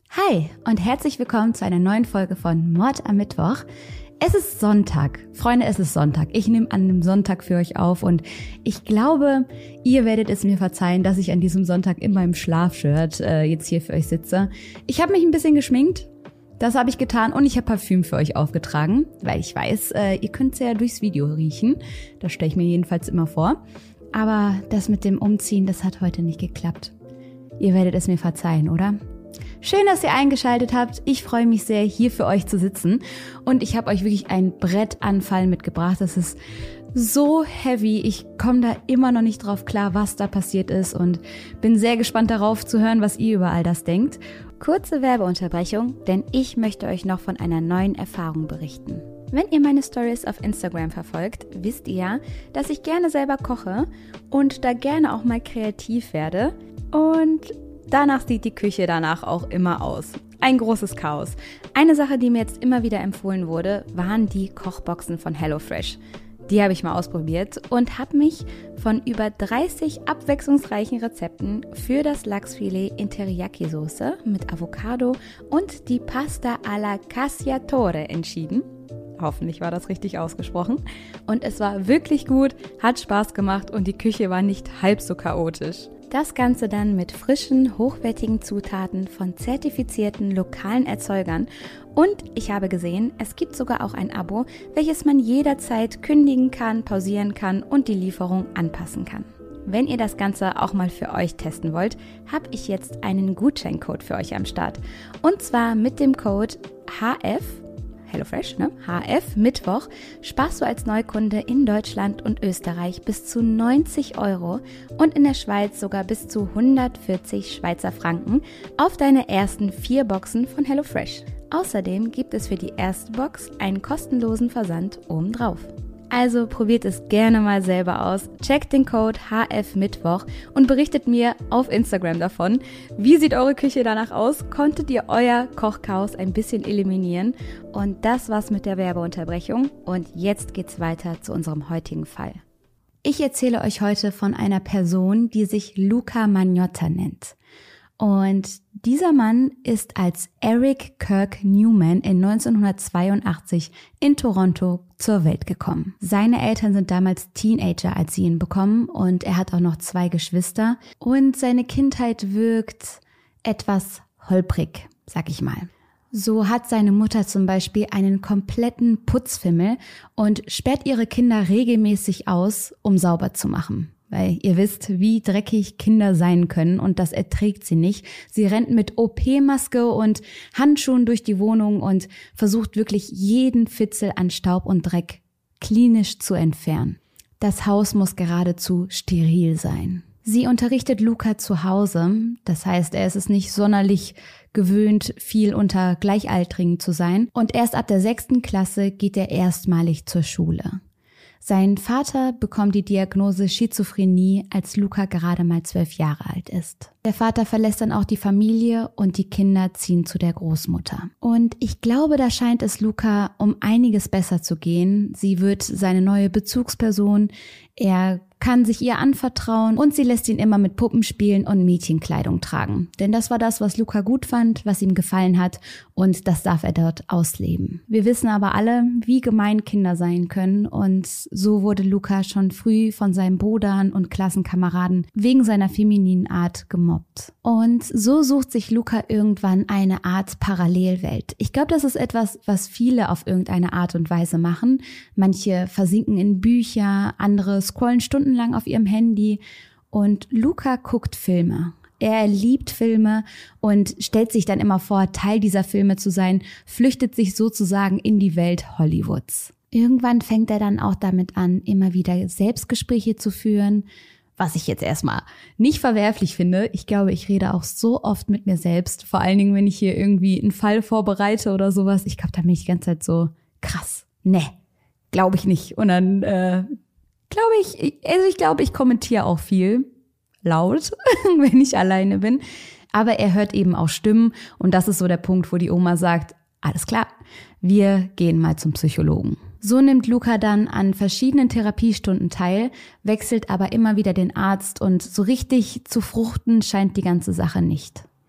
Hi und herzlich willkommen zu einer neuen Folge von Mord am Mittwoch. Es ist Sonntag. Freunde, es ist Sonntag. Ich nehme an einem Sonntag für euch auf und ich glaube, ihr werdet es mir verzeihen, dass ich an diesem Sonntag in meinem Schlafshirt jetzt hier für euch sitze. Ich habe mich ein bisschen geschminkt. Das habe ich getan und ich habe Parfüm für euch aufgetragen, weil ich weiß, ihr könnt es ja durchs Video riechen. Das stelle ich mir jedenfalls immer vor. Aber das mit dem Umziehen, das hat heute nicht geklappt. Ihr werdet es mir verzeihen, oder? Schön, dass ihr eingeschaltet habt. Ich freue mich sehr, hier für euch zu sitzen. Und ich habe euch wirklich ein Brettanfall mitgebracht. Das ist so heavy. Ich komme da immer noch nicht drauf klar, was da passiert ist. Und bin sehr gespannt darauf zu hören, was ihr über all das denkt. Kurze Werbeunterbrechung, denn ich möchte euch noch von einer neuen Erfahrung berichten. Wenn ihr meine Stories auf Instagram verfolgt, wisst ihr ja, dass ich gerne selber koche und da gerne auch mal kreativ werde. Und danach sieht die Küche danach auch immer aus. Ein großes Chaos. Eine Sache, die mir jetzt immer wieder empfohlen wurde, waren die Kochboxen von HelloFresh. Die habe ich mal ausprobiert und habe mich von über 30 abwechslungsreichen Rezepten für das Lachsfilet in Teriyaki-Soße mit Avocado und die Pasta alla Cacciatore entschieden. Hoffentlich war das richtig ausgesprochen. Und es war wirklich gut, hat Spaß gemacht und die Küche war nicht halb so chaotisch. Das Ganze dann mit frischen, hochwertigen Zutaten von zertifizierten lokalen Erzeugern. Und ich habe gesehen, es gibt sogar auch ein Abo, welches man jederzeit kündigen kann, pausieren kann und die Lieferung anpassen kann. Wenn ihr das Ganze auch mal für euch testen wollt, habe ich jetzt einen Gutscheincode für euch am Start. Und zwar mit dem Code HF, HelloFresh, HF Mittwoch, sparst du als Neukunde in Deutschland und Österreich bis zu 90 € und in der Schweiz sogar bis zu 140 Schweizer Franken auf deine ersten 4 Boxen von HelloFresh. Außerdem gibt es für die erste Box einen kostenlosen Versand obendrauf. Also probiert es gerne mal selber aus, checkt den Code HF Mittwoch und berichtet mir auf Instagram davon. Wie sieht eure Küche danach aus? Konntet ihr euer Kochchaos ein bisschen eliminieren? Und das war's mit der Werbeunterbrechung und jetzt geht's weiter zu unserem heutigen Fall. Ich erzähle euch heute von einer Person, die sich Luca Magnotta nennt. Und dieser Mann ist als Eric Kirk Newman in 1982 in Toronto zur Welt gekommen. Seine Eltern sind damals Teenager, als sie ihn bekommen, und er hat auch noch 2 Geschwister. Und seine Kindheit wirkt etwas holprig, sag ich mal. So hat seine Mutter zum Beispiel einen kompletten Putzfimmel und sperrt ihre Kinder regelmäßig aus, um sauber zu machen. Weil ihr wisst, wie dreckig Kinder sein können und das erträgt sie nicht. Sie rennt mit OP-Maske und Handschuhen durch die Wohnung und versucht wirklich jeden Fitzel an Staub und Dreck klinisch zu entfernen. Das Haus muss geradezu steril sein. Sie unterrichtet Luca zu Hause, das heißt, er ist es nicht sonderlich gewöhnt, viel unter Gleichaltrigen zu sein. Und erst ab der 6. Klasse geht er erstmalig zur Schule. Sein Vater bekommt die Diagnose Schizophrenie, als Luca gerade mal 12 Jahre alt ist. Der Vater verlässt dann auch die Familie und die Kinder ziehen zu der Großmutter. Und ich glaube, da scheint es Luca um einiges besser zu gehen. Sie wird seine neue Bezugsperson, er kann sich ihr anvertrauen und sie lässt ihn immer mit Puppen spielen und Mädchenkleidung tragen. Denn das war das, was Luca gut fand, was ihm gefallen hat und das darf er dort ausleben. Wir wissen aber alle, wie gemein Kinder sein können und so wurde Luca schon früh von seinen Brüdern und Klassenkameraden wegen seiner femininen Art gemobbt. Und so sucht sich Luca irgendwann eine Art Parallelwelt. Ich glaube, das ist etwas, was viele auf irgendeine Art und Weise machen. Manche versinken in Bücher, andere scrollen stundenlang auf ihrem Handy und Luca guckt Filme. Er liebt Filme und stellt sich dann immer vor, Teil dieser Filme zu sein, flüchtet sich sozusagen in die Welt Hollywoods. Irgendwann fängt er dann auch damit an, immer wieder Selbstgespräche zu führen, was ich jetzt erstmal nicht verwerflich finde. Ich glaube, ich rede auch so oft mit mir selbst, vor allen Dingen, wenn ich hier irgendwie einen Fall vorbereite oder sowas. Ich glaube, da bin ich die ganze Zeit so, krass, ne, glaube ich nicht. Und dann ich glaube, ich kommentiere auch viel laut, wenn ich alleine bin. Aber er hört eben auch Stimmen und das ist so der Punkt, wo die Oma sagt, alles klar, wir gehen mal zum Psychologen. So nimmt Luca dann an verschiedenen Therapiestunden teil, wechselt aber immer wieder den Arzt und so richtig zu fruchten scheint die ganze Sache nicht.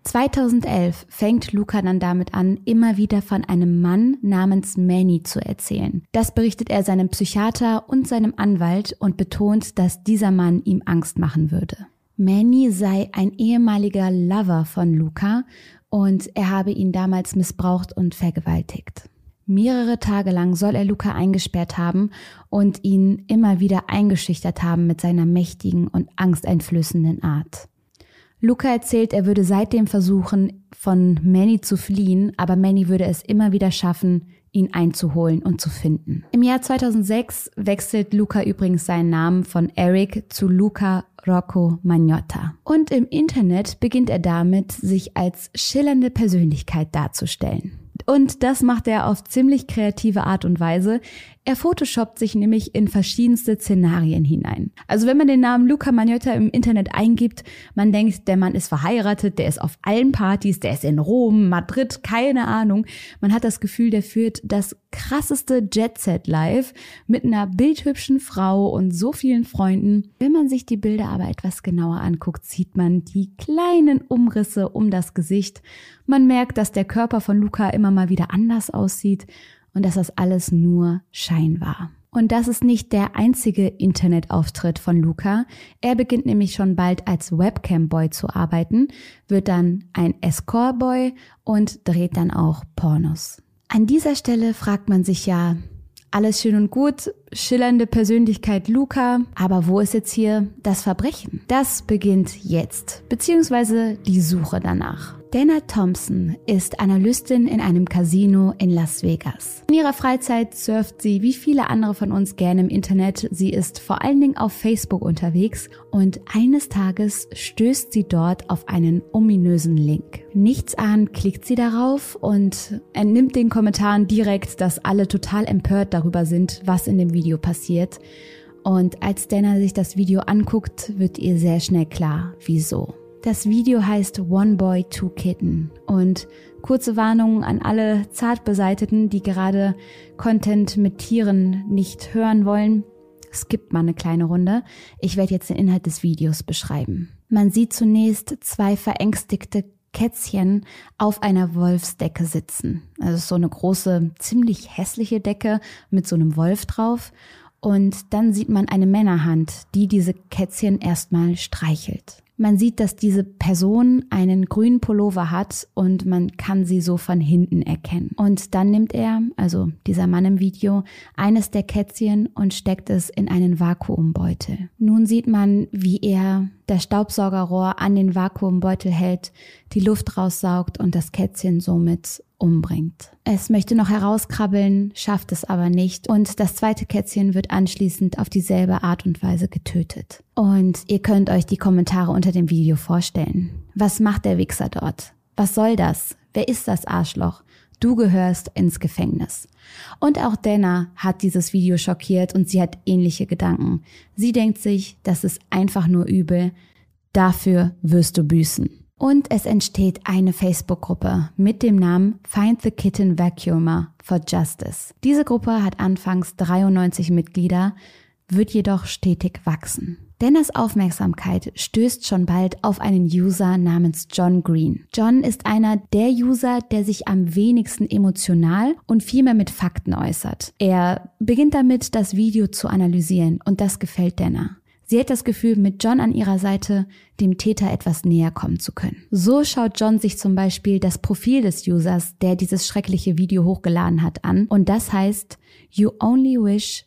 2011 fängt Luca dann damit an, immer wieder von einem Mann namens Manny zu erzählen. Das berichtet er seinem Psychiater und seinem Anwalt und betont, dass dieser Mann ihm Angst machen würde. Manny sei ein ehemaliger Lover von Luca und er habe ihn damals missbraucht und vergewaltigt. Mehrere Tage lang soll er Luca eingesperrt haben und ihn immer wieder eingeschüchtert haben mit seiner mächtigen und angsteinflößenden Art. Luca erzählt, er würde seitdem versuchen, von Manny zu fliehen, aber Manny würde es immer wieder schaffen, ihn einzuholen und zu finden. Im Jahr 2006 wechselt Luca übrigens seinen Namen von Eric zu Luca Rocco Magnotta. Und im Internet beginnt er damit, sich als schillernde Persönlichkeit darzustellen. Und das macht er auf ziemlich kreative Art und Weise. Er photoshoppt sich nämlich in verschiedenste Szenarien hinein. Also wenn man den Namen Luca Magnotta im Internet eingibt, man denkt, der Mann ist verheiratet, der ist auf allen Partys, der ist in Rom, Madrid, keine Ahnung. Man hat das Gefühl, der führt das krasseste Jet-Set-Life mit einer bildhübschen Frau und so vielen Freunden. Wenn man sich die Bilder aber etwas genauer anguckt, sieht man die kleinen Umrisse um das Gesicht. Man merkt, dass der Körper von Luca immer mal wieder anders aussieht und dass das alles nur Schein war. Und das ist nicht der einzige Internetauftritt von Luca. Er beginnt nämlich schon bald als Webcam-Boy zu arbeiten, wird dann ein Escort-Boy und dreht dann auch Pornos. An dieser Stelle fragt man sich ja, alles schön und gut, schillernde Persönlichkeit Luca, aber wo ist jetzt hier das Verbrechen? Das beginnt jetzt, beziehungsweise die Suche danach. Dana Thompson ist Analystin in einem Casino in Las Vegas. In ihrer Freizeit surft sie wie viele andere von uns gerne im Internet. Sie ist vor allen Dingen auf Facebook unterwegs und eines Tages stößt sie dort auf einen ominösen Link. Nichtsahnend klickt sie darauf und entnimmt den Kommentaren direkt, dass alle total empört darüber sind, was in dem Video passiert. Und als Dana sich das Video anguckt, wird ihr sehr schnell klar, wieso. Das Video heißt One Boy, Two Kitten und kurze Warnung an alle Zartbeseiteten, die gerade Content mit Tieren nicht hören wollen. Skippt mal eine kleine Runde. Ich werde jetzt den Inhalt des Videos beschreiben. Man sieht zunächst 2 verängstigte Kätzchen auf einer Wolfsdecke sitzen. Also so eine große, ziemlich hässliche Decke mit so einem Wolf drauf. Und dann sieht man eine Männerhand, die diese Kätzchen erstmal streichelt. Man sieht, dass diese Person einen grünen Pullover hat und man kann sie so von hinten erkennen. Und dann nimmt er, also dieser Mann im Video, eines der Kätzchen und steckt es in einen Vakuumbeutel. Nun sieht man, wie er das Staubsaugerrohr an den Vakuumbeutel hält, die Luft raussaugt und das Kätzchen somit umbringt. Es möchte noch herauskrabbeln, schafft es aber nicht und das zweite Kätzchen wird anschließend auf dieselbe Art und Weise getötet. Und ihr könnt euch die Kommentare unter dem Video vorstellen. Was macht der Wichser dort? Was soll das? Wer ist das Arschloch? Du gehörst ins Gefängnis. Und auch Dana hat dieses Video schockiert und sie hat ähnliche Gedanken. Sie denkt sich, das ist einfach nur übel. Dafür wirst du büßen. Und es entsteht eine Facebook-Gruppe mit dem Namen Find the Kitten Vacuumer for Justice. Diese Gruppe hat anfangs 93 Mitglieder, wird jedoch stetig wachsen. Danas Aufmerksamkeit stößt schon bald auf einen User namens John Green. John ist einer der User, der sich am wenigsten emotional und viel mehr mit Fakten äußert. Er beginnt damit, das Video zu analysieren und das gefällt Dana. Sie hat das Gefühl, mit John an ihrer Seite dem Täter etwas näher kommen zu können. So schaut John sich zum Beispiel das Profil des Users, der dieses schreckliche Video hochgeladen hat, an. Und das heißt, You Only Wish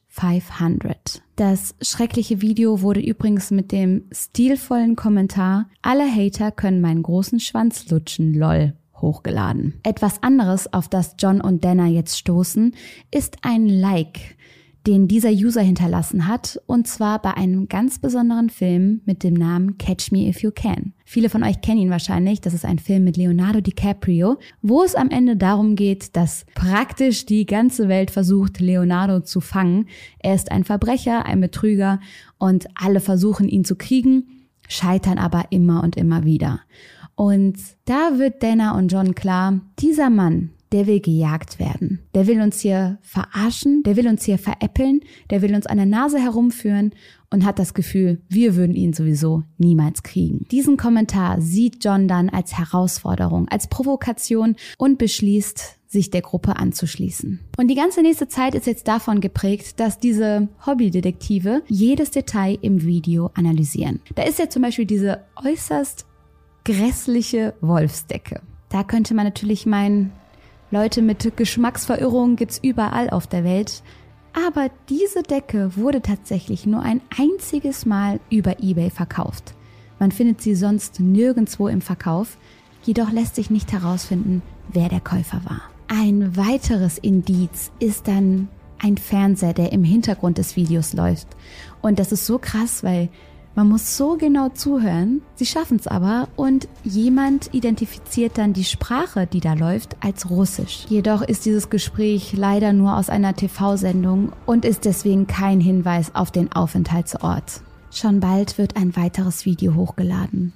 500. Das schreckliche Video wurde übrigens mit dem stilvollen Kommentar, alle Hater können meinen großen Schwanz lutschen, lol, hochgeladen. Etwas anderes, auf das John und Dana jetzt stoßen, ist ein Like, den dieser User hinterlassen hat, und zwar bei einem ganz besonderen Film mit dem Namen Catch Me If You Can. Viele von euch kennen ihn wahrscheinlich, das ist ein Film mit Leonardo DiCaprio, wo es am Ende darum geht, dass praktisch die ganze Welt versucht, Leonardo zu fangen. Er ist ein Verbrecher, ein Betrüger und alle versuchen, ihn zu kriegen, scheitern aber immer und immer wieder. Und da wird Dana und John klar, dieser Mann, der will gejagt werden. Der will uns hier verarschen, der will uns hier veräppeln, der will uns an der Nase herumführen und hat das Gefühl, wir würden ihn sowieso niemals kriegen. Diesen Kommentar sieht John dann als Herausforderung, als Provokation und beschließt, sich der Gruppe anzuschließen. Und die ganze nächste Zeit ist jetzt davon geprägt, dass diese Hobbydetektive jedes Detail im Video analysieren. Da ist ja zum Beispiel diese äußerst grässliche Wolfsdecke. Da könnte man natürlich meinen, Leute mit Geschmacksverirrungen gibt's überall auf der Welt. Aber diese Decke wurde tatsächlich nur ein einziges Mal über eBay verkauft. Man findet sie sonst nirgendwo im Verkauf, jedoch lässt sich nicht herausfinden, wer der Käufer war. Ein weiteres Indiz ist dann ein Fernseher, der im Hintergrund des Videos läuft. Und das ist so krass, weil man muss so genau zuhören, sie schaffen es aber und jemand identifiziert dann die Sprache, die da läuft, als Russisch. Jedoch ist dieses Gespräch leider nur aus einer TV-Sendung und ist deswegen kein Hinweis auf den Aufenthaltsort. Schon bald wird ein weiteres Video hochgeladen.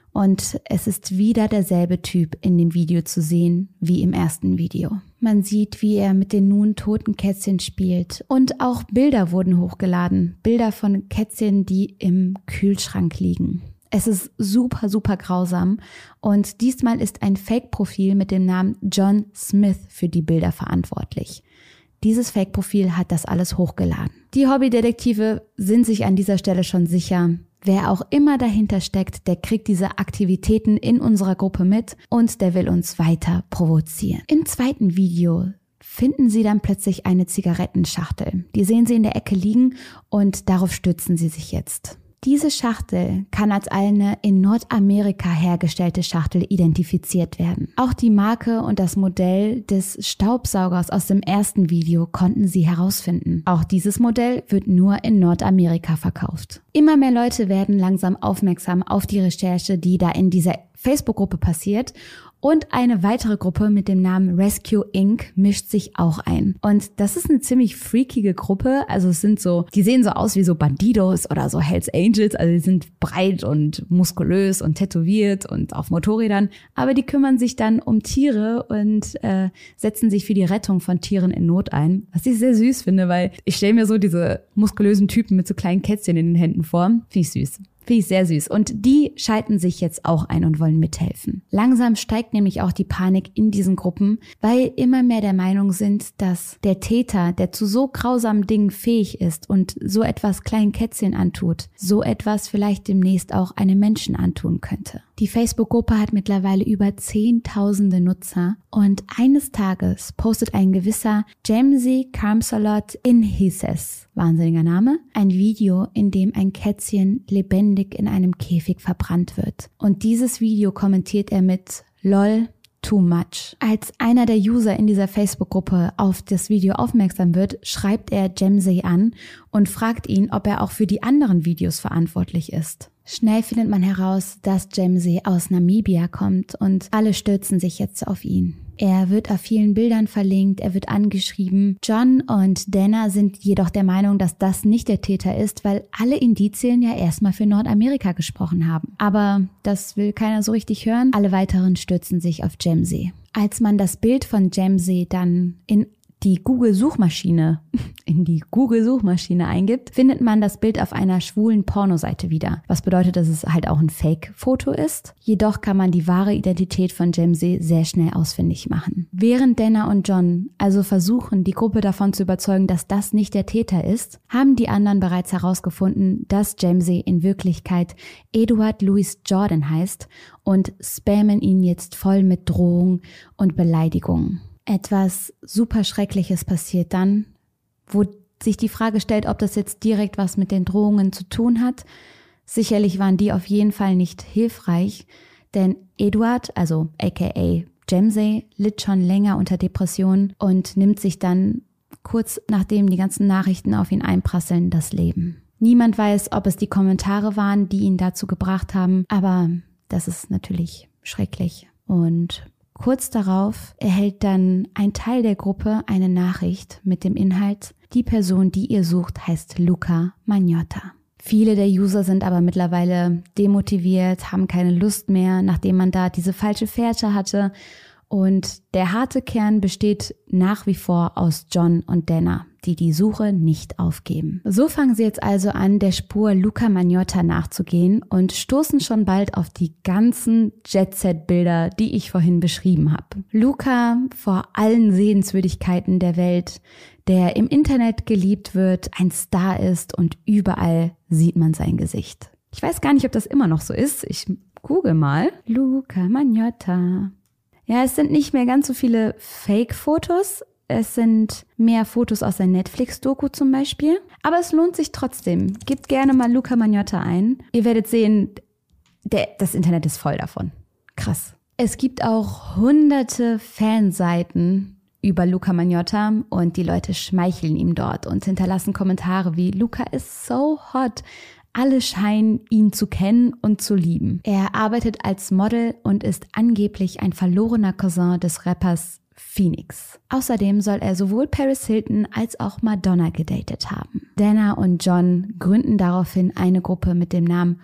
Und es ist wieder derselbe Typ in dem Video zu sehen wie im ersten Video. Man sieht, wie er mit den nun toten Kätzchen spielt. Und auch Bilder wurden hochgeladen. Bilder von Kätzchen, die im Kühlschrank liegen. Es ist super, super grausam. Und diesmal ist ein Fake-Profil mit dem Namen John Smith für die Bilder verantwortlich. Dieses Fake-Profil hat das alles hochgeladen. Die Hobbydetektive sind sich an dieser Stelle schon sicher, wer auch immer dahinter steckt, der kriegt diese Aktivitäten in unserer Gruppe mit und der will uns weiter provozieren. Im zweiten Video finden sie dann plötzlich eine Zigarettenschachtel. Die sehen sie in der Ecke liegen und darauf stützen sie sich jetzt. Diese Schachtel kann als eine in Nordamerika hergestellte Schachtel identifiziert werden. Auch die Marke und das Modell des Staubsaugers aus dem ersten Video konnten sie herausfinden. Auch dieses Modell wird nur in Nordamerika verkauft. Immer mehr Leute werden langsam aufmerksam auf die Recherche, die da in dieser Facebook-Gruppe passiert. Und eine weitere Gruppe mit dem Namen Rescue Inc. mischt sich auch ein. Und das ist eine ziemlich freakige Gruppe. Also es sind so, die sehen so aus wie so Bandidos oder so Hells Angels. Also die sind breit und muskulös und tätowiert und auf Motorrädern. Aber die kümmern sich dann um Tiere und setzen sich für die Rettung von Tieren in Not ein. Was ich sehr süß finde, weil ich stelle mir so diese muskulösen Typen mit so kleinen Kätzchen in den Händen vor. Finde ich süß. Finde ich sehr süß. Und die schalten sich jetzt auch ein und wollen mithelfen. Langsam steigt nämlich auch die Panik in diesen Gruppen, weil immer mehr der Meinung sind, dass der Täter, der zu so grausamen Dingen fähig ist und so etwas kleinen Kätzchen antut, so etwas vielleicht demnächst auch einem Menschen antun könnte. Die Facebook-Gruppe hat mittlerweile über 10.000 Nutzer und eines Tages postet ein gewisser Jamesy Kamsalot Inhises, wahnsinniger Name, ein Video, in dem ein Kätzchen lebendig in einem Käfig verbrannt wird. Und dieses Video kommentiert er mit LOL, too much. Als einer der User in dieser Facebook-Gruppe auf das Video aufmerksam wird, schreibt er Jamesy an und fragt ihn, ob er auch für die anderen Videos verantwortlich ist. Schnell findet man heraus, dass Jamesy aus Namibia kommt und alle stürzen sich jetzt auf ihn. Er wird auf vielen Bildern verlinkt, er wird angeschrieben. John und Dana sind jedoch der Meinung, dass das nicht der Täter ist, weil alle Indizien ja erstmal für Nordamerika gesprochen haben. Aber das will keiner so richtig hören. Alle weiteren stürzen sich auf Jamesy. Als man das Bild von Jamesy dann in die Google-Suchmaschine eingibt, findet man das Bild auf einer schwulen Pornoseite wieder. Was bedeutet, dass es halt auch ein Fake-Foto ist. Jedoch kann man die wahre Identität von Jamesy sehr schnell ausfindig machen. Während Dana und John also versuchen, die Gruppe davon zu überzeugen, dass das nicht der Täter ist, haben die anderen bereits herausgefunden, dass Jamesy in Wirklichkeit Edward Louis Jordan heißt und spammen ihn jetzt voll mit Drohungen und Beleidigungen. Etwas super Schreckliches passiert dann, wo sich die Frage stellt, ob das jetzt direkt was mit den Drohungen zu tun hat. Sicherlich waren die auf jeden Fall nicht hilfreich, denn Edward, also aka Jamesy, litt schon länger unter Depressionen und nimmt sich dann kurz nachdem die ganzen Nachrichten auf ihn einprasseln, das Leben. Niemand weiß, ob es die Kommentare waren, die ihn dazu gebracht haben, aber das ist natürlich schrecklich. Und kurz darauf erhält dann ein Teil der Gruppe eine Nachricht mit dem Inhalt: Die Person, die ihr sucht, heißt Luca Magnotta. Viele der User sind aber mittlerweile demotiviert, haben keine Lust mehr, nachdem man da diese falsche Fährte hatte Und der harte Kern besteht nach wie vor aus John und Dana, die die Suche nicht aufgeben. So fangen sie jetzt also an, der Spur Luca Magnotta nachzugehen und stoßen schon bald auf die ganzen Jet-Set-Bilder, die ich vorhin beschrieben habe. Luca vor allen Sehenswürdigkeiten der Welt, der im Internet geliebt wird, ein Star ist und überall sieht man sein Gesicht. Ich weiß gar nicht, ob das immer noch so ist. Ich google mal. Luca Magnotta. Ja, es sind nicht mehr ganz so viele Fake-Fotos. Es sind mehr Fotos aus der Netflix-Doku zum Beispiel. Aber es lohnt sich trotzdem. Gebt gerne mal Luca Magnotta ein. Ihr werdet sehen, das Internet ist voll davon. Krass. Es gibt auch hunderte Fanseiten über Luca Magnotta und die Leute schmeicheln ihm dort und hinterlassen Kommentare wie Luca ist so hot. Alle scheinen ihn zu kennen und zu lieben. Er arbeitet als Model und ist angeblich ein verlorener Cousin des Rappers Phoenix. Außerdem soll er sowohl Paris Hilton als auch Madonna gedatet haben. Dana und John gründen daraufhin eine Gruppe mit dem Namen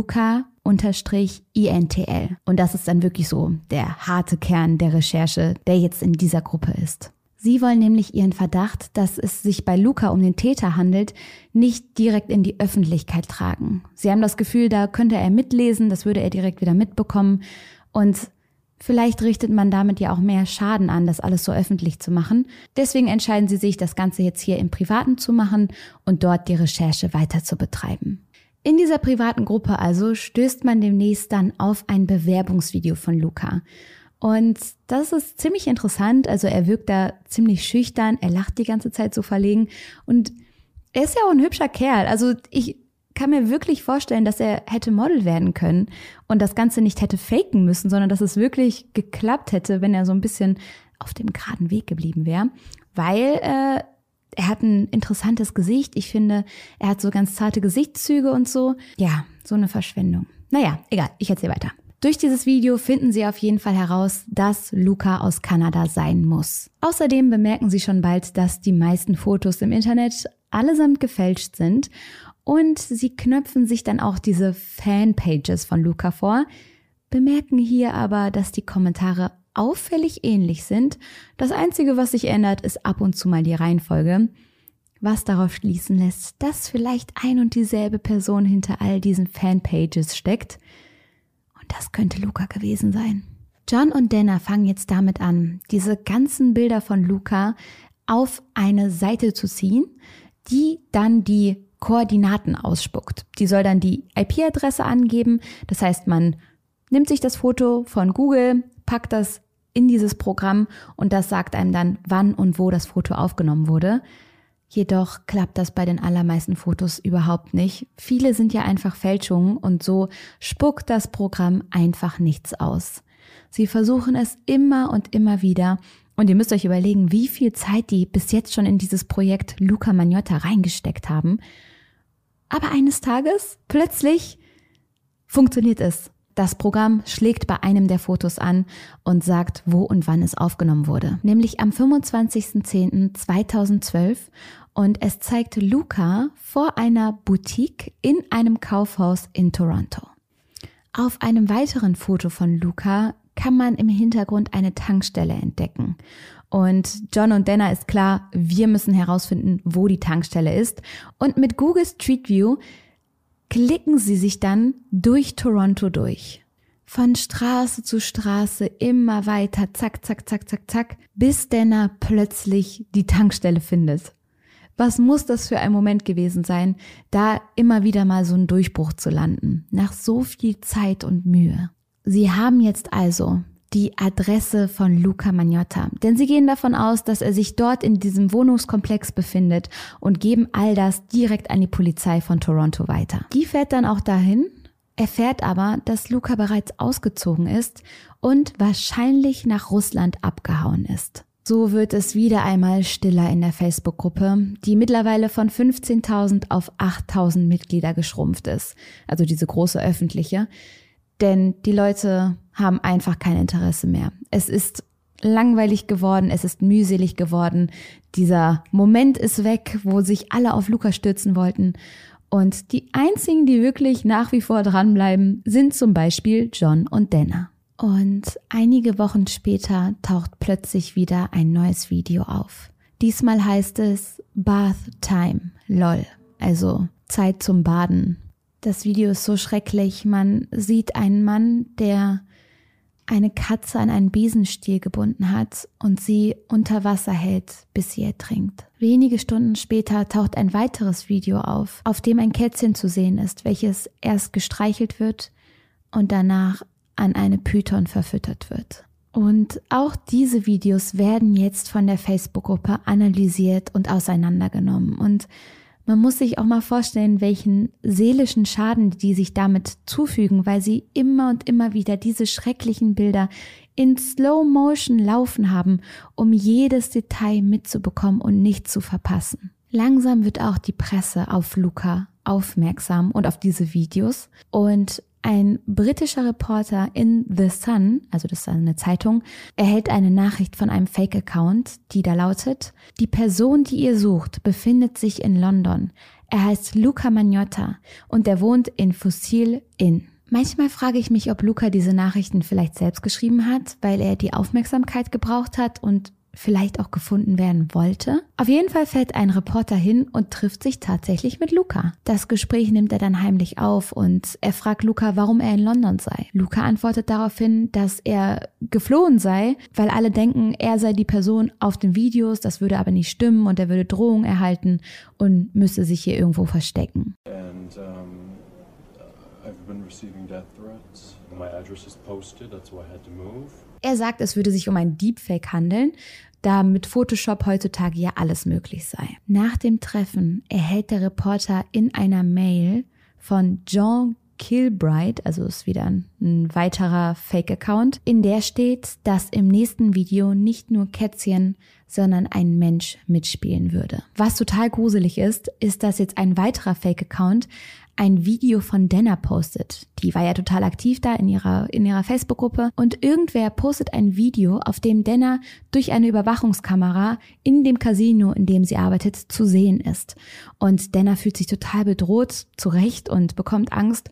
Luca_INTL. Und das ist dann wirklich so der harte Kern der Recherche, der jetzt in dieser Gruppe ist. Sie wollen nämlich ihren Verdacht, dass es sich bei Luca um den Täter handelt, nicht direkt in die Öffentlichkeit tragen. Sie haben das Gefühl, da könnte er mitlesen, das würde er direkt wieder mitbekommen und vielleicht richtet man damit ja auch mehr Schaden an, das alles so öffentlich zu machen. Deswegen entscheiden sie sich, das Ganze jetzt hier im Privaten zu machen und dort die Recherche weiter zu betreiben. In dieser privaten Gruppe also stößt man demnächst dann auf ein Bewerbungsvideo von Luca. Und das ist ziemlich interessant, also er wirkt da ziemlich schüchtern, er lacht die ganze Zeit so verlegen und er ist ja auch ein hübscher Kerl. Also ich kann mir wirklich vorstellen, dass er hätte Model werden können und das Ganze nicht hätte faken müssen, sondern dass es wirklich geklappt hätte, wenn er so ein bisschen auf dem geraden Weg geblieben wäre, weil er hat ein interessantes Gesicht. Ich finde, er hat so ganz zarte Gesichtszüge und so. Ja, so eine Verschwendung. Naja, egal, ich erzähle weiter. Durch dieses Video finden sie auf jeden Fall heraus, dass Luca aus Kanada sein muss. Außerdem bemerken sie schon bald, dass die meisten Fotos im Internet allesamt gefälscht sind und sie knöpfen sich dann auch diese Fanpages von Luca vor, bemerken hier aber, dass die Kommentare auffällig ähnlich sind. Das Einzige, was sich ändert, ist ab und zu mal die Reihenfolge, was darauf schließen lässt, dass vielleicht ein und dieselbe Person hinter all diesen Fanpages steckt. Das könnte Luca gewesen sein. John und Dana fangen jetzt damit an, diese ganzen Bilder von Luca auf eine Seite zu ziehen, die dann die Koordinaten ausspuckt. Die soll dann die IP-Adresse angeben. Das heißt, man nimmt sich das Foto von Google, packt das in dieses Programm und das sagt einem dann, wann und wo das Foto aufgenommen wurde. Jedoch klappt das bei den allermeisten Fotos überhaupt nicht. Viele sind ja einfach Fälschungen und so spuckt das Programm einfach nichts aus. Sie versuchen es immer und immer wieder und ihr müsst euch überlegen, wie viel Zeit die bis jetzt schon in dieses Projekt Luca Magnotta reingesteckt haben. Aber eines Tages, plötzlich, funktioniert es. Das Programm schlägt bei einem der Fotos an und sagt, wo und wann es aufgenommen wurde. Nämlich am 25.10.2012 und es zeigt Luca vor einer Boutique in einem Kaufhaus in Toronto. Auf einem weiteren Foto von Luca kann man im Hintergrund eine Tankstelle entdecken. Und John und Dana ist klar, wir müssen herausfinden, wo die Tankstelle ist. Und mit Google Street View klicken sie sich dann durch Toronto durch. Von Straße zu Straße immer weiter, zack, zack, zack, zack, zack, bis Dana plötzlich die Tankstelle findet. Was muss das für ein Moment gewesen sein, da immer wieder mal so einen Durchbruch zu landen, nach so viel Zeit und Mühe. Sie haben jetzt also die Adresse von Luca Magnotta, denn sie gehen davon aus, dass er sich dort in diesem Wohnungskomplex befindet und geben all das direkt an die Polizei von Toronto weiter. Die fährt dann auch dahin, erfährt aber, dass Luca bereits ausgezogen ist und wahrscheinlich nach Russland abgehauen ist. So wird es wieder einmal stiller in der Facebook-Gruppe, die mittlerweile von 15.000 auf 8.000 Mitglieder geschrumpft ist, also diese große öffentliche. Denn die Leute haben einfach kein Interesse mehr. Es ist langweilig geworden, es ist mühselig geworden. Dieser Moment ist weg, wo sich alle auf Luca stürzen wollten. Und die einzigen, die wirklich nach wie vor dranbleiben, sind zum Beispiel John und Dana. Und einige Wochen später taucht plötzlich wieder ein neues Video auf. Diesmal heißt es Bath Time, lol, also Zeit zum Baden. Das Video ist so schrecklich, man sieht einen Mann, der eine Katze an einen Besenstiel gebunden hat und sie unter Wasser hält, bis sie ertrinkt. Wenige Stunden später taucht ein weiteres Video auf dem ein Kätzchen zu sehen ist, welches erst gestreichelt wird und danach an eine Python verfüttert wird. Und auch diese Videos werden jetzt von der Facebook-Gruppe analysiert und auseinandergenommen. Und man muss sich auch mal vorstellen, welchen seelischen Schaden die sich damit zufügen, weil sie immer und immer wieder diese schrecklichen Bilder in Slow Motion laufen haben, um jedes Detail mitzubekommen und nicht zu verpassen. Langsam wird auch die Presse auf Luca aufmerksam und auf diese Videos. Und ein britischer Reporter in The Sun, also das ist eine Zeitung, erhält eine Nachricht von einem Fake-Account, die da lautet: Die Person, die ihr sucht, befindet sich in London. Er heißt Luca Magnotta und er wohnt in Fossil Inn. Manchmal frage ich mich, ob Luca diese Nachrichten vielleicht selbst geschrieben hat, weil er die Aufmerksamkeit gebraucht hat und vielleicht auch gefunden werden wollte. Auf jeden Fall fährt ein Reporter hin und trifft sich tatsächlich mit Luca. Das Gespräch nimmt er dann heimlich auf und er fragt Luca, warum er in London sei. Luca antwortet daraufhin, dass er geflohen sei, weil alle denken, er sei die Person auf den Videos, das würde aber nicht stimmen und er würde Drohungen erhalten und müsse sich hier irgendwo verstecken. I've been receiving death threats. My address is posted, that's why I had to move. Er sagt, es würde sich um ein Deepfake handeln, da mit Photoshop heutzutage ja alles möglich sei. Nach dem Treffen erhält der Reporter in einer Mail von John Kilbride, also ist wieder ein weiterer Fake-Account, in der steht, dass im nächsten Video nicht nur Kätzchen, sondern ein Mensch mitspielen würde. Was total gruselig ist, dass jetzt ein weiterer Fake-Account ein Video von Dana postet. Die war ja total aktiv da in ihrer Facebook-Gruppe und irgendwer postet ein Video, auf dem Dana durch eine Überwachungskamera in dem Casino, in dem sie arbeitet, zu sehen ist. Und Dana fühlt sich total bedroht, zu Recht, und bekommt Angst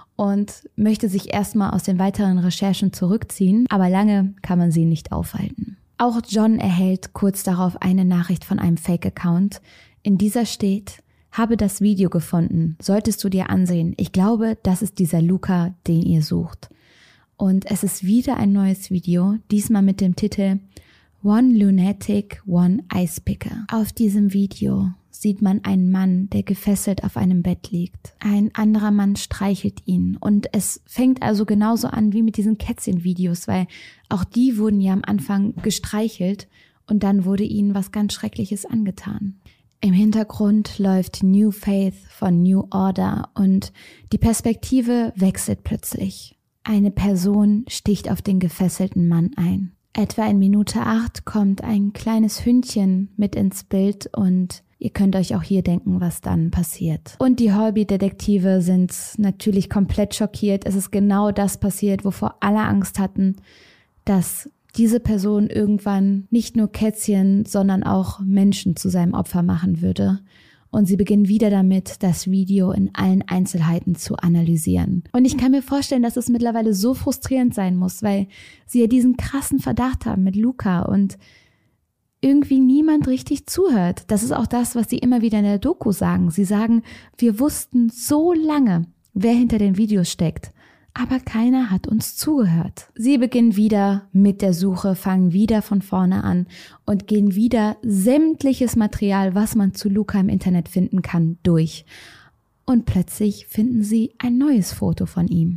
und möchte sich erstmal aus den weiteren Recherchen zurückziehen, aber lange kann man sie nicht aufhalten. Auch John erhält kurz darauf eine Nachricht von einem Fake-Account. In dieser steht: Habe das Video gefunden, solltest du dir ansehen. Ich glaube, das ist dieser Luca, den ihr sucht. Und es ist wieder ein neues Video, diesmal mit dem Titel One Lunatic, One Ice Picker. Auf diesem Video sieht man einen Mann, der gefesselt auf einem Bett liegt. Ein anderer Mann streichelt ihn und es fängt also genauso an wie mit diesen Kätzchen-Videos, weil auch die wurden ja am Anfang gestreichelt und dann wurde ihnen was ganz Schreckliches angetan. Im Hintergrund läuft New Faith von New Order und die Perspektive wechselt plötzlich. Eine Person sticht auf den gefesselten Mann ein. Etwa in Minute 8 kommt ein kleines Hündchen mit ins Bild und ihr könnt euch auch hier denken, was dann passiert. Und die Holby-Detektive sind natürlich komplett schockiert. Es ist genau das passiert, wovor alle Angst hatten, dass diese Person irgendwann nicht nur Kätzchen, sondern auch Menschen zu seinem Opfer machen würde. Und sie beginnen wieder damit, das Video in allen Einzelheiten zu analysieren. Und ich kann mir vorstellen, dass es mittlerweile so frustrierend sein muss, weil sie ja diesen krassen Verdacht haben mit Luca und irgendwie niemand richtig zuhört. Das ist auch das, was sie immer wieder in der Doku sagen. Sie sagen, wir wussten so lange, wer hinter den Videos steckt. Aber keiner hat uns zugehört. Sie beginnen wieder mit der Suche, fangen wieder von vorne an und gehen wieder sämtliches Material, was man zu Luca im Internet finden kann, durch. Und plötzlich finden sie ein neues Foto von ihm.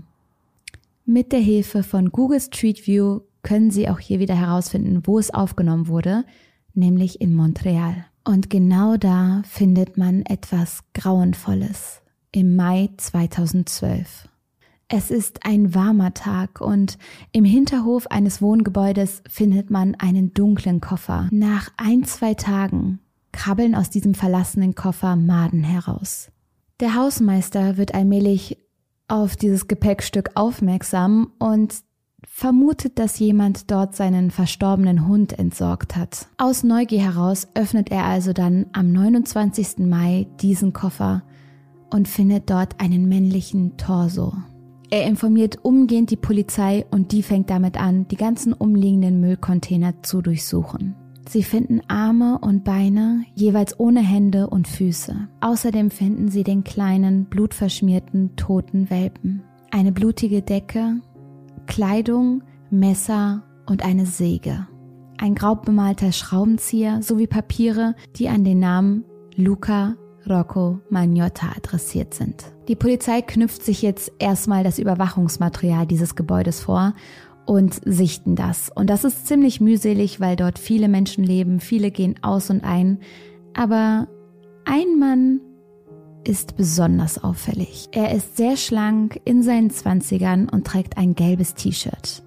Mit der Hilfe von Google Street View können sie auch hier wieder herausfinden, wo es aufgenommen wurde, nämlich in Montreal. Und genau da findet man etwas Grauenvolles im Mai 2012. Es ist ein warmer Tag und im Hinterhof eines Wohngebäudes findet man einen dunklen Koffer. Nach 1-2 Tagen krabbeln aus diesem verlassenen Koffer Maden heraus. Der Hausmeister wird allmählich auf dieses Gepäckstück aufmerksam und vermutet, dass jemand dort seinen verstorbenen Hund entsorgt hat. Aus Neugier heraus öffnet er also dann am 29. Mai diesen Koffer und findet dort einen männlichen Torso. Er informiert umgehend die Polizei und die fängt damit an, die ganzen umliegenden Müllcontainer zu durchsuchen. Sie finden Arme und Beine, jeweils ohne Hände und Füße. Außerdem finden sie den kleinen, blutverschmierten, toten Welpen. Eine blutige Decke, Kleidung, Messer und eine Säge. Ein grau bemalter Schraubenzieher sowie Papiere, die an den Namen Luca Rocco Magnotta adressiert sind. Die Polizei knüpft sich jetzt erstmal das Überwachungsmaterial dieses Gebäudes vor und sichten das. Und das ist ziemlich mühselig, weil dort viele Menschen leben, viele gehen aus und ein. Aber ein Mann ist besonders auffällig. Er ist sehr schlank, in seinen 20ern und trägt ein gelbes T-Shirt.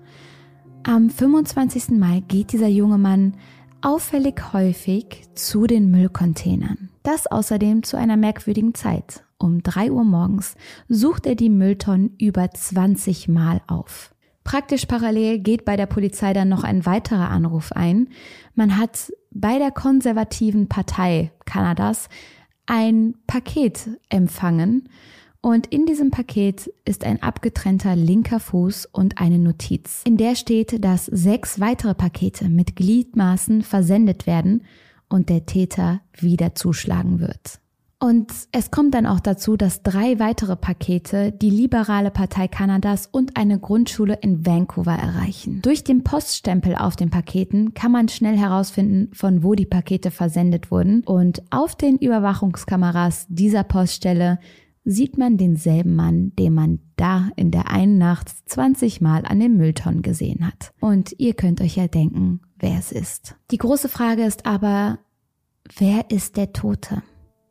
Am 25. Mai geht dieser junge Mann auffällig häufig zu den Müllcontainern. Das außerdem zu einer merkwürdigen Zeit. Um 3 Uhr morgens sucht er die Mülltonnen über 20 Mal auf. Praktisch parallel geht bei der Polizei dann noch ein weiterer Anruf ein. Man hat bei der konservativen Partei Kanadas ein Paket empfangen und in diesem Paket ist ein abgetrennter linker Fuß und eine Notiz, in der steht, dass 6 weitere Pakete mit Gliedmaßen versendet werden und der Täter wieder zuschlagen wird. Und es kommt dann auch dazu, dass 3 weitere Pakete die Liberale Partei Kanadas und eine Grundschule in Vancouver erreichen. Durch den Poststempel auf den Paketen kann man schnell herausfinden, von wo die Pakete versendet wurden. Und auf den Überwachungskameras dieser Poststelle sieht man denselben Mann, den man da in der einen Nacht 20 Mal an den Mülltonnen gesehen hat. Und ihr könnt euch ja denken, wer es ist. Die große Frage ist aber, wer ist der Tote?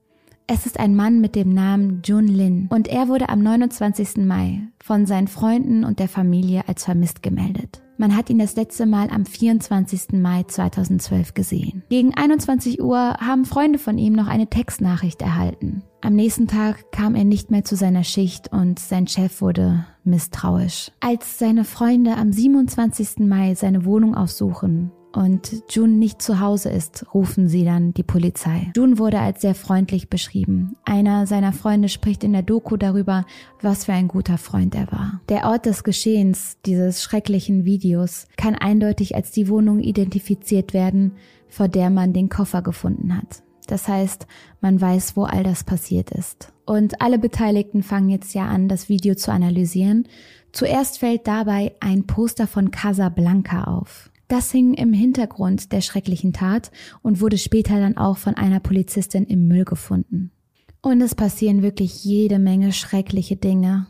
Es ist ein Mann mit dem Namen Jun Lin und er wurde am 29. Mai von seinen Freunden und der Familie als vermisst gemeldet. Man hat ihn das letzte Mal am 24. Mai 2012 gesehen. Gegen 21 Uhr haben Freunde von ihm noch eine Textnachricht erhalten. Am nächsten Tag kam er nicht mehr zu seiner Schicht und sein Chef wurde misstrauisch. Als seine Freunde am 27. Mai seine Wohnung aufsuchen und Jun nicht zu Hause ist, rufen sie dann die Polizei. Jun wurde als sehr freundlich beschrieben. Einer seiner Freunde spricht in der Doku darüber, was für ein guter Freund er war. Der Ort des Geschehens dieses schrecklichen Videos kann eindeutig als die Wohnung identifiziert werden, vor der man den Koffer gefunden hat. Das heißt, man weiß, wo all das passiert ist. Und alle Beteiligten fangen jetzt ja an, das Video zu analysieren. Zuerst fällt dabei ein Poster von Casablanca auf. Das hing im Hintergrund der schrecklichen Tat und wurde später dann auch von einer Polizistin im Müll gefunden. Und es passieren wirklich jede Menge schreckliche Dinge.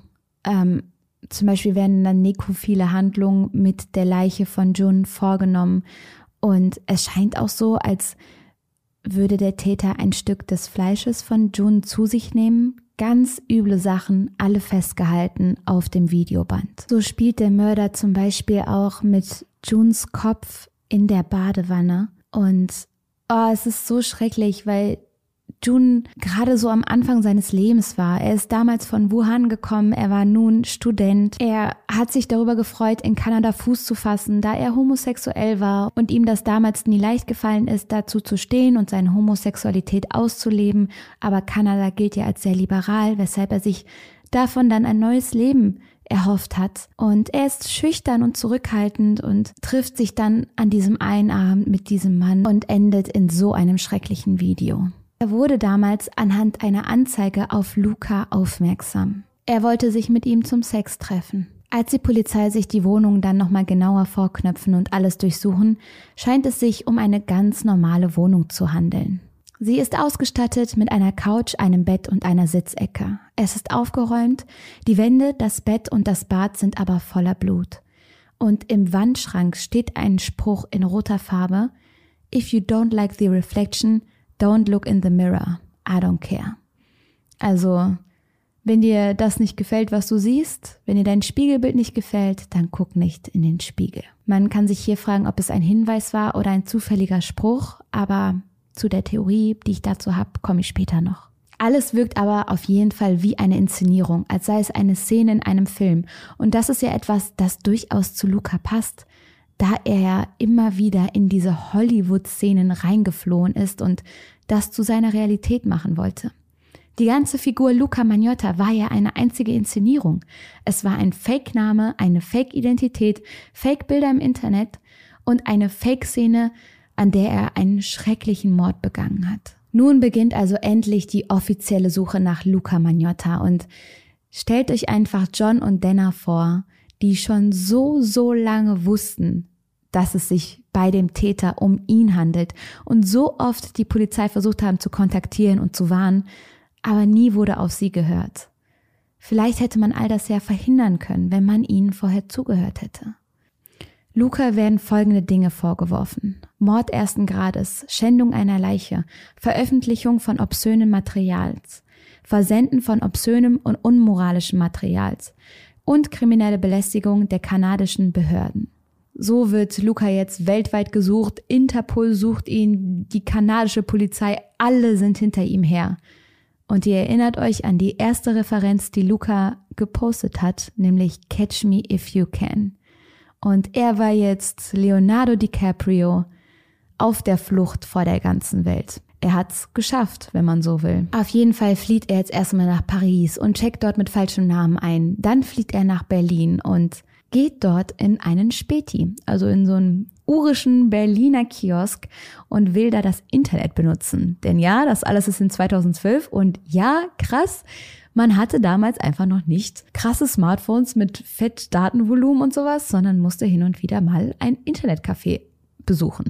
Zum Beispiel werden dann nekrophile Handlungen mit der Leiche von Jun vorgenommen. Und es scheint auch so, als würde der Täter ein Stück des Fleisches von Jun zu sich nehmen. Ganz üble Sachen, alle festgehalten auf dem Videoband. So spielt der Mörder zum Beispiel auch mit Juns Kopf in der Badewanne. Und es ist so schrecklich, weil Jun gerade so am Anfang seines Lebens war. Er ist damals von Wuhan gekommen, er war nun Student. Er hat sich darüber gefreut, in Kanada Fuß zu fassen, da er homosexuell war und ihm das damals nie leicht gefallen ist, dazu zu stehen und seine Homosexualität auszuleben. Aber Kanada gilt ja als sehr liberal, weshalb er sich davon dann ein neues Leben erhofft hat. Und er ist schüchtern und zurückhaltend und trifft sich dann an diesem einen Abend mit diesem Mann und endet in so einem schrecklichen Video. Er wurde damals anhand einer Anzeige auf Luca aufmerksam. Er wollte sich mit ihm zum Sex treffen. Als die Polizei sich die Wohnung dann nochmal genauer vorknöpfen und alles durchsuchen, scheint es sich um eine ganz normale Wohnung zu handeln. Sie ist ausgestattet mit einer Couch, einem Bett und einer Sitzecke. Es ist aufgeräumt, die Wände, das Bett und das Bad sind aber voller Blut. Und im Wandschrank steht ein Spruch in roter Farbe: "If you don't like the reflection, don't look in the mirror. I don't care." Also, wenn dir das nicht gefällt, was du siehst, wenn dir dein Spiegelbild nicht gefällt, dann guck nicht in den Spiegel. Man kann sich hier fragen, ob es ein Hinweis war oder ein zufälliger Spruch, aber zu der Theorie, die ich dazu habe, komme ich später noch. Alles wirkt aber auf jeden Fall wie eine Inszenierung, als sei es eine Szene in einem Film. Und das ist ja etwas, das durchaus zu Luca passt, da er ja immer wieder in diese Hollywood-Szenen reingeflohen ist und das zu seiner Realität machen wollte. Die ganze Figur Luca Magnotta war ja eine einzige Inszenierung. Es war ein Fake-Name, eine Fake-Identität, Fake-Bilder im Internet und eine Fake-Szene, an der er einen schrecklichen Mord begangen hat. Nun beginnt also endlich die offizielle Suche nach Luca Magnotta und stellt euch einfach John und Dana vor, die schon so lange wussten, dass es sich bei dem Täter um ihn handelt und so oft die Polizei versucht haben zu kontaktieren und zu warnen, aber nie wurde auf sie gehört. Vielleicht hätte man all das ja verhindern können, wenn man ihnen vorher zugehört hätte. Luca werden folgende Dinge vorgeworfen: Mord ersten Grades, Schändung einer Leiche, Veröffentlichung von obszönen Materials, Versenden von obszönem und unmoralischem Materials und kriminelle Belästigung der kanadischen Behörden. So wird Luca jetzt weltweit gesucht, Interpol sucht ihn, die kanadische Polizei, alle sind hinter ihm her. Und ihr erinnert euch an die erste Referenz, die Luca gepostet hat, nämlich Catch Me If You Can. Und er war jetzt Leonardo DiCaprio auf der Flucht vor der ganzen Welt. Er hat's geschafft, wenn man so will. Auf jeden Fall flieht er jetzt erstmal nach Paris und checkt dort mit falschem Namen ein. Dann flieht er nach Berlin und geht dort in einen Späti, also in so einen urischen Berliner Kiosk und will da das Internet benutzen. Denn ja, das alles ist in 2012 und ja, krass, man hatte damals einfach noch nicht krasse Smartphones mit fett Datenvolumen und sowas, sondern musste hin und wieder mal ein Internetcafé besuchen.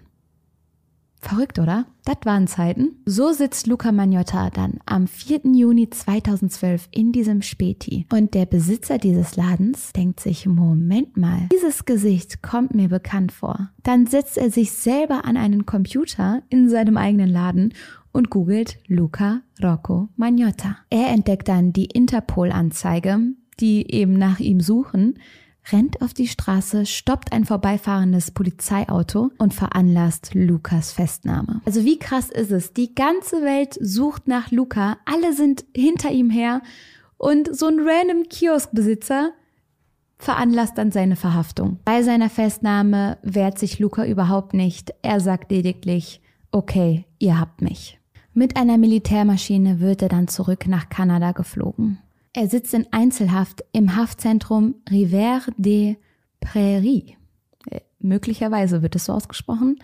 Verrückt, oder? Das waren Zeiten. So sitzt Luca Magnotta dann am 4. Juni 2012 in diesem Späti. Und der Besitzer dieses Ladens denkt sich, Moment mal, dieses Gesicht kommt mir bekannt vor. Dann setzt er sich selber an einen Computer in seinem eigenen Laden und googelt Luca Rocco Magnotta. Er entdeckt dann die Interpol-Anzeige, die eben nach ihm suchen, rennt auf die Straße, stoppt ein vorbeifahrendes Polizeiauto und veranlasst Lucas Festnahme. Also wie krass ist es? Die ganze Welt sucht nach Luca, alle sind hinter ihm her und so ein random Kioskbesitzer veranlasst dann seine Verhaftung. Bei seiner Festnahme wehrt sich Luca überhaupt nicht. Er sagt lediglich, okay, ihr habt mich. Mit einer Militärmaschine wird er dann zurück nach Kanada geflogen. Er sitzt in Einzelhaft im Haftzentrum Rivière des Prairies. Möglicherweise wird es so ausgesprochen.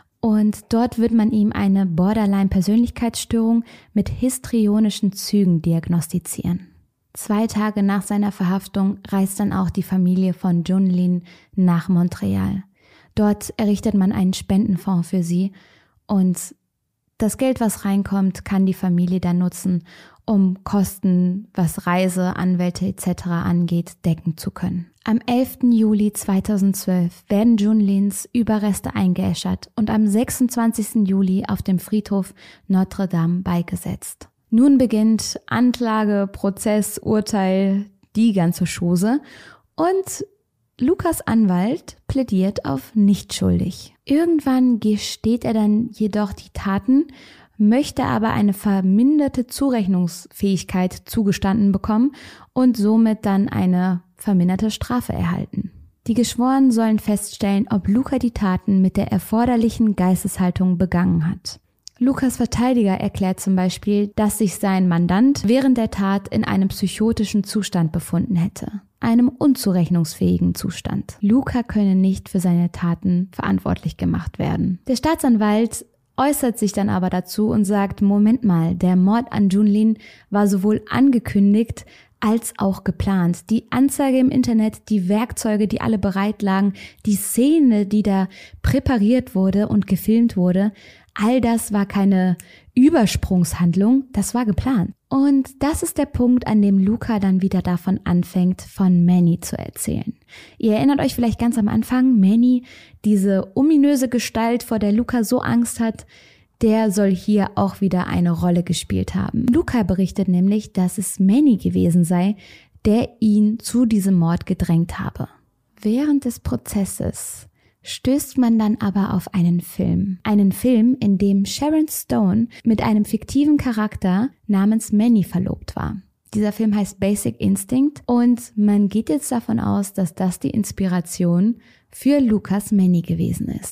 Und dort wird man ihm eine Borderline-Persönlichkeitsstörung mit histrionischen Zügen diagnostizieren. 2 Tage nach seiner Verhaftung reist dann auch die Familie von Junlin nach Montreal. Dort errichtet man einen Spendenfonds für sie und das Geld, was reinkommt, kann die Familie dann nutzen, um Kosten, was Reise, Anwälte etc. angeht, decken zu können. Am 11. Juli 2012 werden Junlins Überreste eingeäschert und am 26. Juli auf dem Friedhof Notre Dame beigesetzt. Nun beginnt Anklage, Prozess, Urteil, die ganze Chose und Lucas Anwalt plädiert auf nicht schuldig. Irgendwann gesteht er dann jedoch die Taten, möchte aber eine verminderte Zurechnungsfähigkeit zugestanden bekommen und somit dann eine verminderte Strafe erhalten. Die Geschworenen sollen feststellen, ob Luca die Taten mit der erforderlichen Geisteshaltung begangen hat. Lucas Verteidiger erklärt zum Beispiel, dass sich sein Mandant während der Tat in einem psychotischen Zustand befunden hätte, einem unzurechnungsfähigen Zustand. Luca könne nicht für seine Taten verantwortlich gemacht werden. Der Staatsanwalt äußert sich dann aber dazu und sagt, Moment mal, der Mord an Junlin war sowohl angekündigt als auch geplant. Die Anzeige im Internet, die Werkzeuge, die alle bereit lagen, die Szene, die da präpariert wurde und gefilmt wurde, all das war keine Übersprungshandlung, das war geplant. Und das ist der Punkt, an dem Luca dann wieder davon anfängt, von Manny zu erzählen. Ihr erinnert euch vielleicht ganz am Anfang, Manny, diese ominöse Gestalt, vor der Luca so Angst hat, der soll hier auch wieder eine Rolle gespielt haben. Luca berichtet nämlich, dass es Manny gewesen sei, der ihn zu diesem Mord gedrängt habe. Während des Prozesses stößt man dann aber auf einen Film. Einen Film, in dem Sharon Stone mit einem fiktiven Charakter namens Manny verlobt war. Dieser Film heißt Basic Instinct und man geht jetzt davon aus, dass das die Inspiration für Lucas Manny gewesen ist.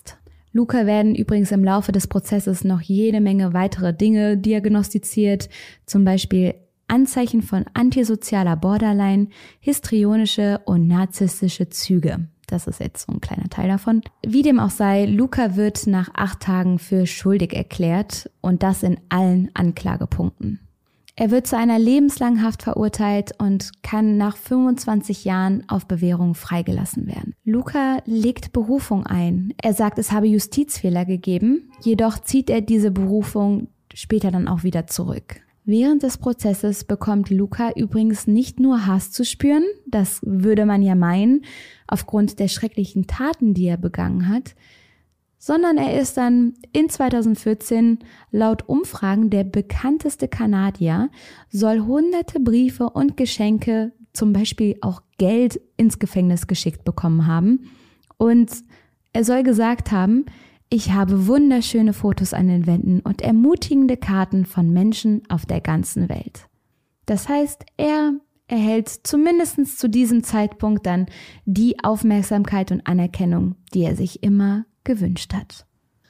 Luca werden übrigens im Laufe des Prozesses noch jede Menge weitere Dinge diagnostiziert, zum Beispiel Anzeichen von antisozialer Borderline, histrionische und narzisstische Züge. Das ist jetzt so ein kleiner Teil davon. Wie dem auch sei, Luca wird nach 8 Tagen für schuldig erklärt und das in allen Anklagepunkten. Er wird zu einer lebenslangen Haft verurteilt und kann nach 25 Jahren auf Bewährung freigelassen werden. Luca legt Berufung ein. Er sagt, es habe Justizfehler gegeben, jedoch zieht er diese Berufung später dann auch wieder zurück. Während des Prozesses bekommt Luca übrigens nicht nur Hass zu spüren, das würde man ja meinen, aufgrund der schrecklichen Taten, die er begangen hat, sondern er ist dann in 2014 laut Umfragen der bekannteste Kanadier, soll hunderte Briefe und Geschenke, zum Beispiel auch Geld, ins Gefängnis geschickt bekommen haben. Und er soll gesagt haben, ich habe wunderschöne Fotos an den Wänden und ermutigende Karten von Menschen auf der ganzen Welt. Das heißt, er erhält zumindest zu diesem Zeitpunkt dann die Aufmerksamkeit und Anerkennung, die er sich immer gewünscht hat.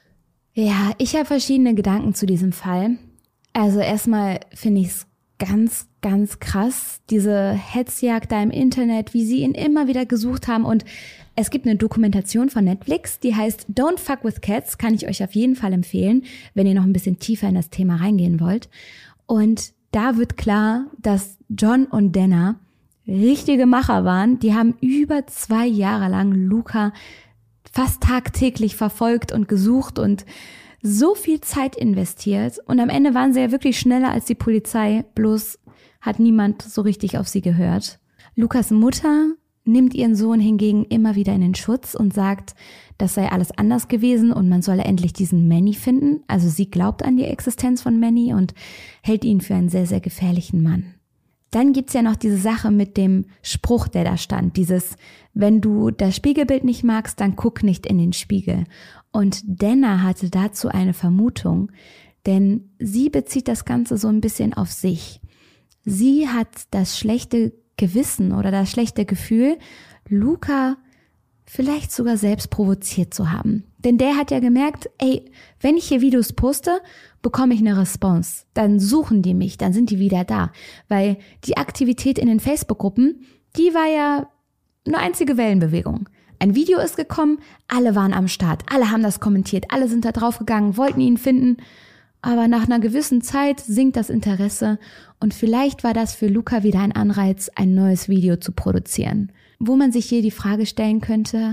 Ja, ich habe verschiedene Gedanken zu diesem Fall. Also erstmal finde ich es ganz, ganz krass, diese Hetzjagd da im Internet, wie sie ihn immer wieder gesucht haben. Und es gibt eine Dokumentation von Netflix, die heißt Don't Fuck with Cats, kann ich euch auf jeden Fall empfehlen, wenn ihr noch ein bisschen tiefer in das Thema reingehen wollt. Und da wird klar, dass John und Dana richtige Macher waren. Die haben über 2 Jahre lang Luca fast tagtäglich verfolgt und gesucht und so viel Zeit investiert. Und am Ende waren sie ja wirklich schneller als die Polizei, bloß hat niemand so richtig auf sie gehört. Lucas Mutter nimmt ihren Sohn hingegen immer wieder in den Schutz und sagt, das sei alles anders gewesen und man solle endlich diesen Manny finden. Also sie glaubt an die Existenz von Manny und hält ihn für einen sehr, sehr gefährlichen Mann. Dann gibt's ja noch diese Sache mit dem Spruch, der da stand. Dieses, wenn du das Spiegelbild nicht magst, dann guck nicht in den Spiegel. Und Dana hatte dazu eine Vermutung, denn sie bezieht das Ganze so ein bisschen auf sich. Sie hat das schlechte Gewissen oder das schlechte Gefühl, Luca vielleicht sogar selbst provoziert zu haben. Denn der hat ja gemerkt, ey, wenn ich hier Videos poste, bekomme ich eine Response. Dann suchen die mich, dann sind die wieder da. Weil die Aktivität in den Facebook-Gruppen, die war ja eine einzige Wellenbewegung. Ein Video ist gekommen, alle waren am Start, alle haben das kommentiert, alle sind da drauf gegangen, wollten ihn finden. Aber nach einer gewissen Zeit sinkt das Interesse und vielleicht war das für Luca wieder ein Anreiz, ein neues Video zu produzieren. Wo man sich hier die Frage stellen könnte,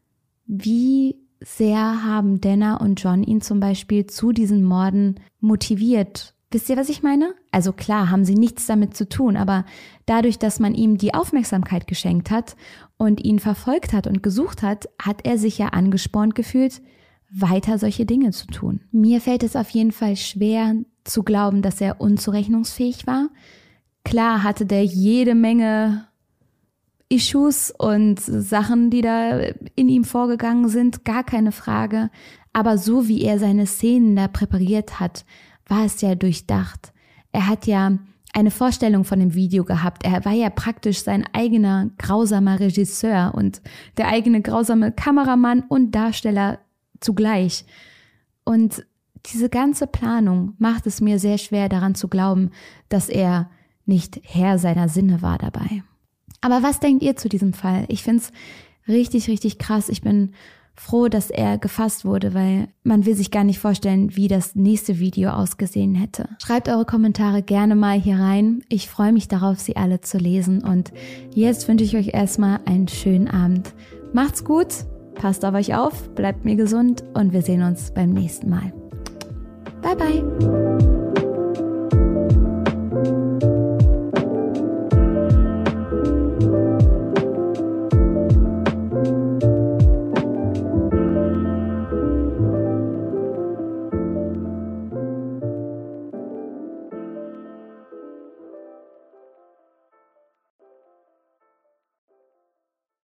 wie sehr haben Dana und John ihn zum Beispiel zu diesen Morden motiviert? Wisst ihr, was ich meine? Also klar, haben sie nichts damit zu tun, aber dadurch, dass man ihm die Aufmerksamkeit geschenkt hat und ihn verfolgt hat und gesucht hat, hat er sich ja angespornt gefühlt, weiter solche Dinge zu tun. Mir fällt es auf jeden Fall schwer zu glauben, dass er unzurechnungsfähig war. Klar hatte der jede Menge Issues und Sachen, die da in ihm vorgegangen sind, gar keine Frage. Aber so wie er seine Szenen da präpariert hat, war es ja durchdacht. Er hat ja eine Vorstellung von dem Video gehabt. Er war ja praktisch sein eigener grausamer Regisseur und der eigene grausame Kameramann und Darsteller zugleich. Und diese ganze Planung macht es mir sehr schwer, daran zu glauben, dass er nicht Herr seiner Sinne war dabei. Aber was denkt ihr zu diesem Fall? Ich find's richtig, richtig krass. Ich bin froh, dass er gefasst wurde, weil man will sich gar nicht vorstellen, wie das nächste Video ausgesehen hätte. Schreibt eure Kommentare gerne mal hier rein. Ich freue mich darauf, sie alle zu lesen. Und jetzt wünsche ich euch erstmal einen schönen Abend. Macht's gut, passt auf euch auf, bleibt mir gesund und wir sehen uns beim nächsten Mal. Bye, bye.